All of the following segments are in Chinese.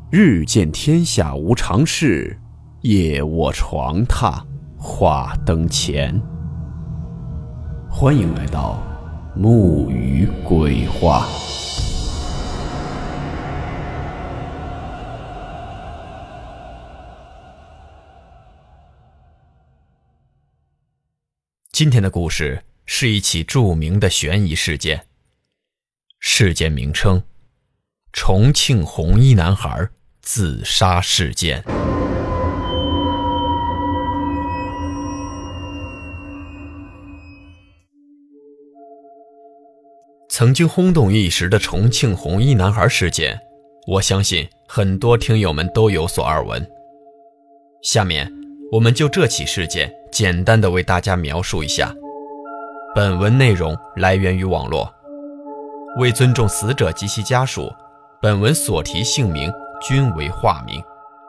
日见天下无常事，夜卧床榻话灯前。欢迎来到木鱼鬼话。 今天的故事是一起著名的悬疑事件，事件名称：重庆红衣男孩自杀事件。曾经轰动一时的重庆红衣男孩事件，我相信很多听友们都有所耳闻。下面我们就这起事件简单的为大家描述一下。本文内容来源于网络，为尊重死者及其家属，本文所提姓名均为化名。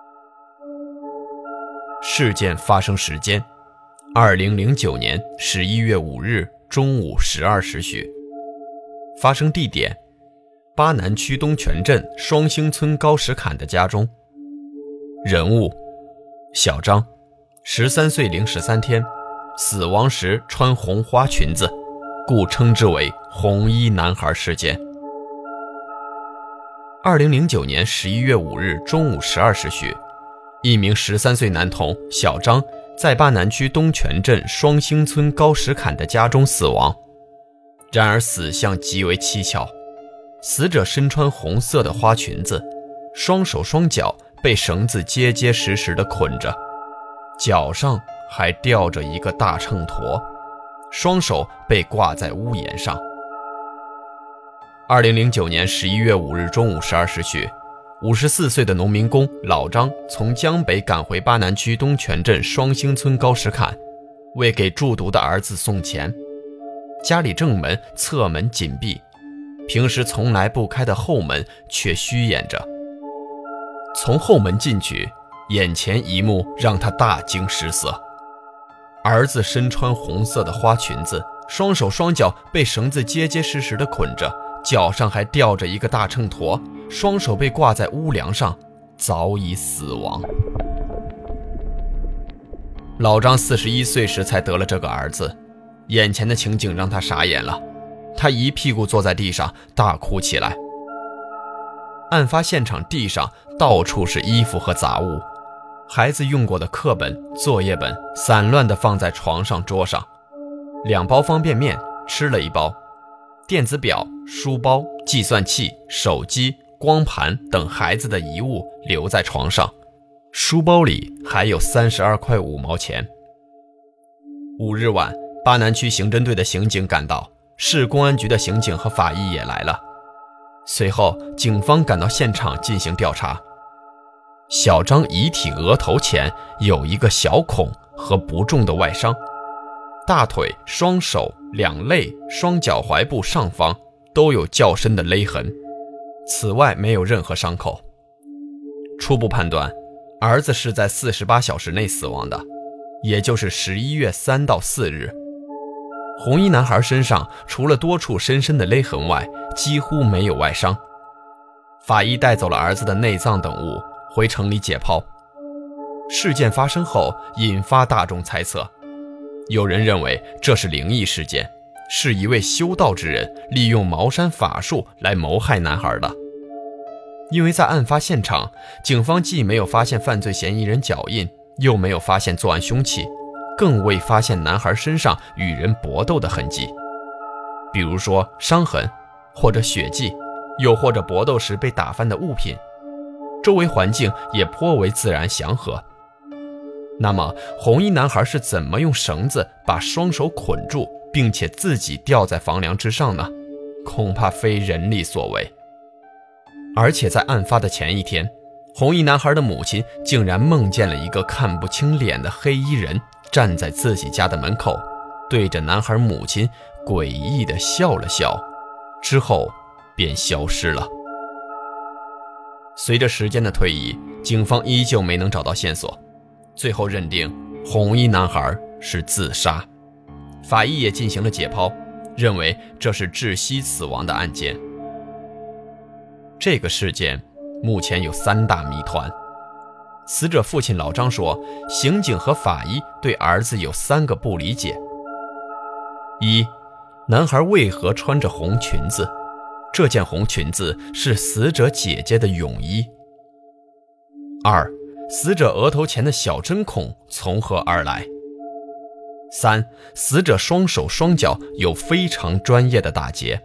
事件发生时间：2009年11月5日中午12时许。发生地点：巴南区东泉镇双星村高石坎的家中。人物：小张，13岁零13天，死亡时穿红花裙子，故称之为红衣男孩事件。2009年11月5日中午12时许，一名13岁男童小张在巴南区东泉镇双星村高石坎的家中死亡。然而死相极为蹊跷，死者身穿红色的花裙子，双手双脚被绳子结结实实地捆着，脚上还吊着一个大秤砣，双手被挂在屋檐上。2009年11月5日中午12时许，54岁的农民工老张从江北赶回巴南区东泉镇双星村高石坎，为给住读的儿子送钱。家里正门、侧门紧闭，平时从来不开的后门却虚掩着。从后门进去，眼前一幕让他大惊失色。儿子身穿红色的花裙子，双手双脚被绳子结结实实地捆着，脚上还吊着一个大秤砣，双手被挂在屋梁上，早已死亡。老张41岁时才得了这个儿子，眼前的情景让他傻眼了，他一屁股坐在地上大哭起来。案发现场地上到处是衣服和杂物，孩子用过的课本、作业本散乱地放在床上桌上，2包方便面吃了1包，电子表、书包、计算器、手机、光盘等孩子的遗物留在床上，书包里还有32块5毛钱。5日晚，巴南区刑侦队的刑警赶到，市公安局的刑警和法医也来了。随后警方赶到现场进行调查。小张遗体额头前有一个小孔和不重的外伤，大腿、双手、两肋、双脚踝部上方都有较深的勒痕，此外没有任何伤口。初步判断，儿子是在48小时内死亡的，也就是11月3到4日。红衣男孩身上除了多处深深的勒痕外，几乎没有外伤。法医带走了儿子的内脏等物，回城里解剖。事件发生后，引发大众猜测，有人认为这是灵异事件，是一位修道之人利用茅山法术来谋害男孩的。因为在案发现场，警方既没有发现犯罪嫌疑人脚印，又没有发现作案凶器，更未发现男孩身上与人搏斗的痕迹，比如说伤痕，或者血迹，又或者搏斗时被打翻的物品。周围环境也颇为自然祥和。那么红衣男孩是怎么用绳子把双手捆住，并且自己吊在房梁之上呢？恐怕非人力所为。而且在案发的前一天，红衣男孩的母亲竟然梦见了一个看不清脸的黑衣人站在自己家的门口，对着男孩母亲诡异地笑了笑，之后便消失了。随着时间的推移，警方依旧没能找到线索，最后认定红衣男孩是自杀。法医也进行了解剖，认为这是窒息死亡的案件。这个事件目前有3大谜团。死者父亲老张说，刑警和法医对儿子有3个不理解：一，男孩为何穿着红裙子？这件红裙子是死者姐姐的泳衣。2，死者额头前的小针孔从何而来？3，死者双手双脚有非常专业的打结。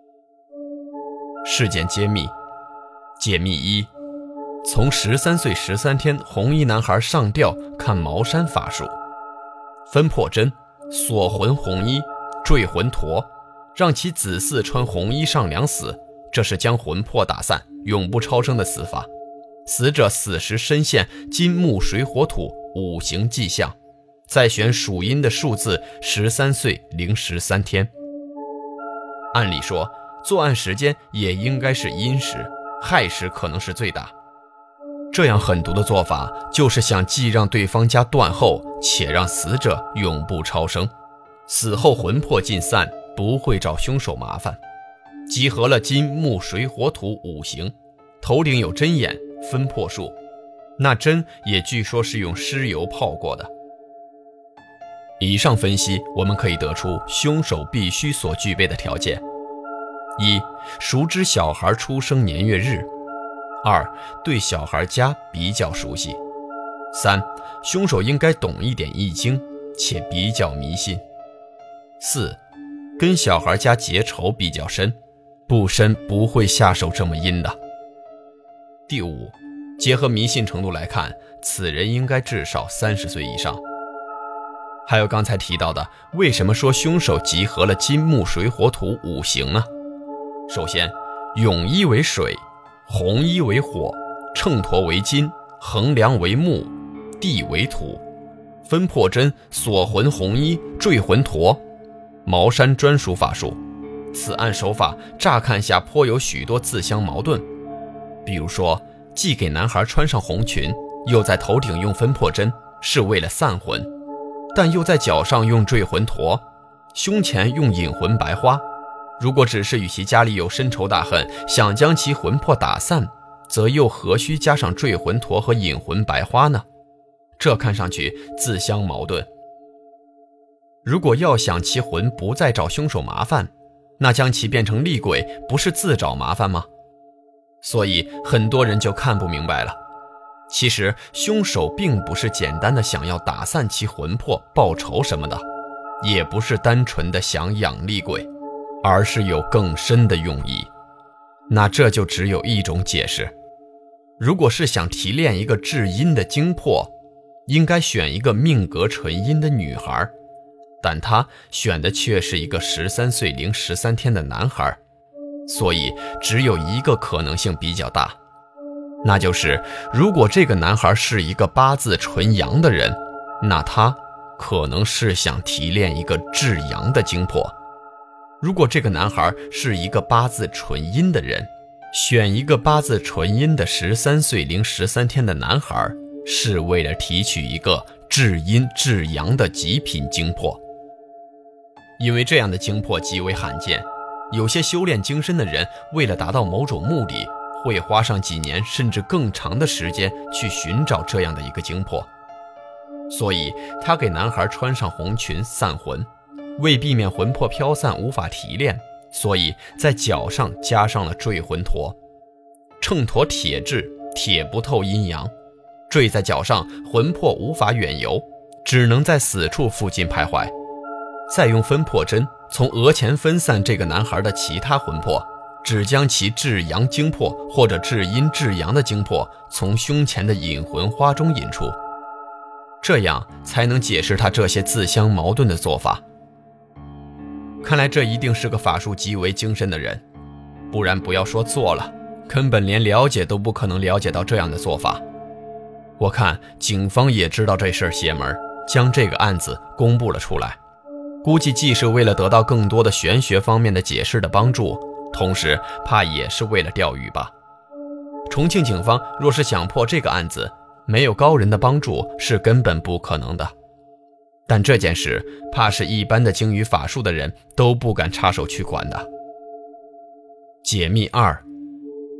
事件揭秘。解密1，从13岁13天红衣男孩上吊看茅山法术。分破针，锁魂红衣，坠魂陀，让其子嗣穿红衣上梁死，这是将魂魄打散，永不超生的死法。死者死时身陷金木水火土5行迹象，再选属阴的数字13岁零13天。按理说，作案时间也应该是阴时，亥时可能是最大。这样狠毒的做法，就是想既让对方家断后，且让死者永不超生，死后魂魄尽散，不会找凶手麻烦。集合了金木水火土5行，头顶有针眼，分破术，那针也据说是用尸油泡过的。以上分析，我们可以得出凶手必须所具备的条件：一，熟知小孩出生年月日；二，对小孩家比较熟悉；三，凶手应该懂一点易经，且比较迷信；四，跟小孩家结仇比较深，不深不会下手这么阴的。第五，结合迷信程度来看，此人应该至少30岁以上。还有刚才提到的，为什么说凶手集合了金木水火土5行呢？首先，泳衣为水，红衣为火，秤砣为金，衡量为木，地为土，分破针，锁魂红衣，坠魂陀，茅山专属法术。此案手法乍看下颇有许多自相矛盾，比如说，既给男孩穿上红裙，又在头顶用分破针，是为了散魂，但又在脚上用坠魂陀，胸前用引魂白花。如果只是与其家里有深仇大恨，想将其魂魄打散，则又何须加上坠魂陀和引魂白花呢？这看上去自相矛盾。如果要想其魂不再找凶手麻烦，那将其变成厉鬼，不是自找麻烦吗？所以很多人就看不明白了。其实凶手并不是简单的想要打散其魂魄报仇什么的，也不是单纯的想养厉鬼，而是有更深的用意。那这就只有一种解释：如果是想提炼一个至阴的精魄，应该选一个命格纯阴的女孩，但他选的却是一个13岁零13天的男孩，所以只有一个可能性比较大，那就是如果这个男孩是一个八字纯阳的人，那他可能是想提炼一个至阳的精魄；如果这个男孩是一个八字纯阴的人，选一个八字纯阴的13岁零13天的男孩，是为了提取一个至阴至阳的极品精魄。因为这样的精魄极为罕见，有些修炼精深的人为了达到某种目的，会花上几年甚至更长的时间去寻找这样的一个精魄。所以他给男孩穿上红裙散魂，为避免魂魄飘散无法提炼，所以在脚上加上了坠魂陀。秤砣铁质，铁不透阴阳，坠在脚上，魂魄无法远游，只能在死处附近徘徊。再用分破针从额前分散这个男孩的其他魂魄，只将其至阳精魄或者至阴至阳的精魄从胸前的引魂花中引出，这样才能解释他这些自相矛盾的做法。看来这一定是个法术极为精深的人，不然不要说做了，根本连了解都不可能了解到这样的做法。我看警方也知道这事儿邪门，将这个案子公布了出来，估计既是为了得到更多的玄学方面的解释的帮助，同时怕也是为了钓鱼吧。重庆警方若是想破这个案子，没有高人的帮助是根本不可能的。但这件事怕是一般的精于法术的人都不敢插手去管的。解密2，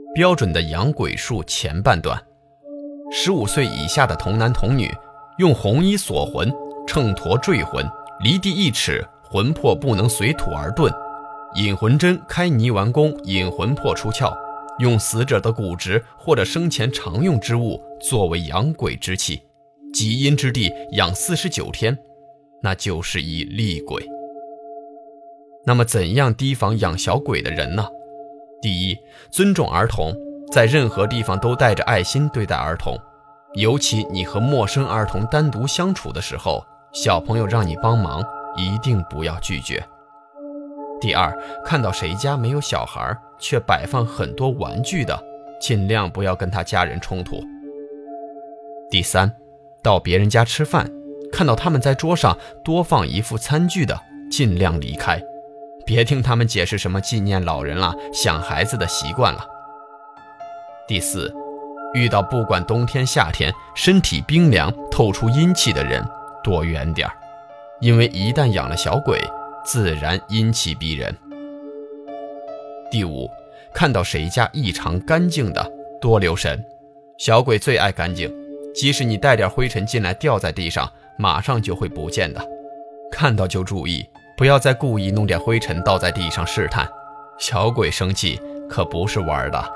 标准的养鬼术前半段。15岁以下的童男童女用红衣锁魂，秤砣坠魂，离地1尺，魂魄不能随土而遁，引魂针开泥丸宫，引魂魄出窍，用死者的骨质或者生前常用之物作为养鬼之器，极阴之地养49天，那就是一厉鬼。那么怎样提防养小鬼的人呢？第一，尊重儿童，在任何地方都带着爱心对待儿童，尤其你和陌生儿童单独相处的时候，小朋友让你帮忙，一定不要拒绝。第二，看到谁家没有小孩却摆放很多玩具的，尽量不要跟他家人冲突。第三，到别人家吃饭，看到他们在桌上多放一副餐具的，尽量离开，别听他们解释什么纪念老人了，想孩子的习惯了。第四，遇到不管冬天夏天身体冰凉透出阴气的人，躲远点，因为一旦养了小鬼，自然阴气逼人。第五，看到谁家异常干净的，多留神，小鬼最爱干净，即使你带点灰尘进来掉在地上，马上就会不见的。看到就注意，不要再故意弄点灰尘倒在地上试探，小鬼生气可不是玩的。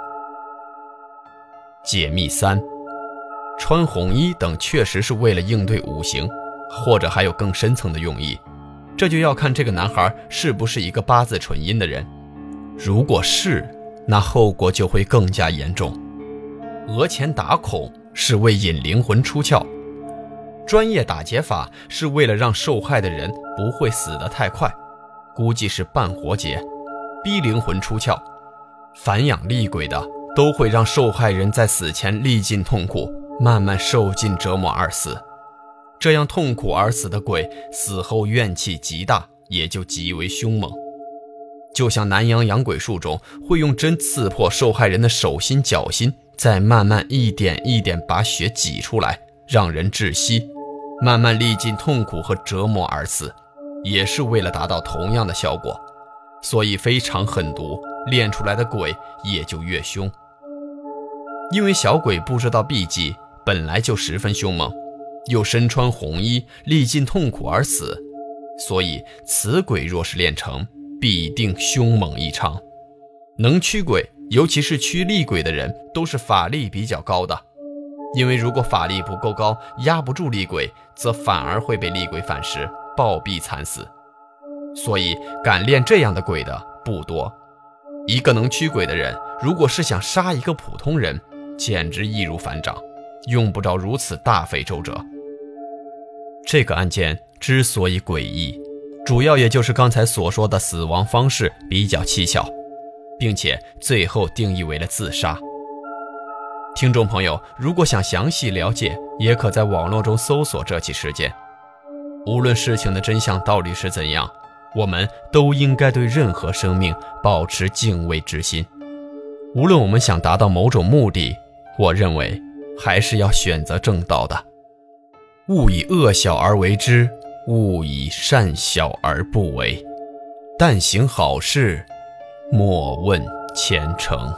解密3，穿红衣等确实是为了应对五行，或者还有更深层的用意，这就要看这个男孩是不是一个八字纯阴的人。如果是，那后果就会更加严重。额前打孔是为引灵魂出窍，专业打劫法是为了让受害的人不会死得太快，估计是半活劫，逼灵魂出窍。凡养厉鬼的都会让受害人在死前历尽痛苦，慢慢受尽折磨而死。这样痛苦而死的鬼，死后怨气极大，也就极为凶猛。就像南洋养鬼术中会用针刺破受害人的手心脚心，再慢慢一点一点把血挤出来，让人窒息，慢慢历尽痛苦和折磨而死，也是为了达到同样的效果。所以非常狠毒，练出来的鬼也就越凶。因为小鬼不知道避忌，本来就十分凶猛，又身穿红衣，历尽痛苦而死，所以此鬼若是练成，必定凶猛异常。能驱鬼，尤其是驱厉鬼的人，都是法力比较高的，因为如果法力不够高，压不住厉鬼，则反而会被厉鬼反噬，暴毙惨死。所以敢练这样的鬼的不多。一个能驱鬼的人，如果是想杀一个普通人，简直易如反掌，用不着如此大费周折。这个案件之所以诡异，主要也就是刚才所说的死亡方式比较蹊跷，并且最后定义为了自杀。听众朋友，如果想详细了解，也可在网络中搜索这起事件。无论事情的真相到底是怎样，我们都应该对任何生命保持敬畏之心。无论我们想达到某种目的，我认为还是要选择正道的。勿以恶小而为之，勿以善小而不为。但行好事，莫问前程。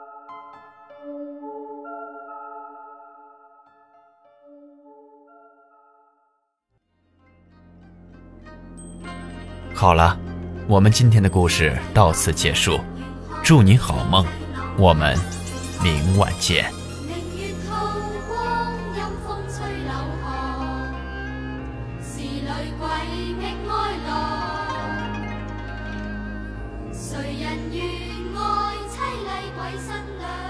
好了，我们今天的故事到此结束，祝您好梦，我们明晚见。 谁人愿爱凄厉鬼新娘？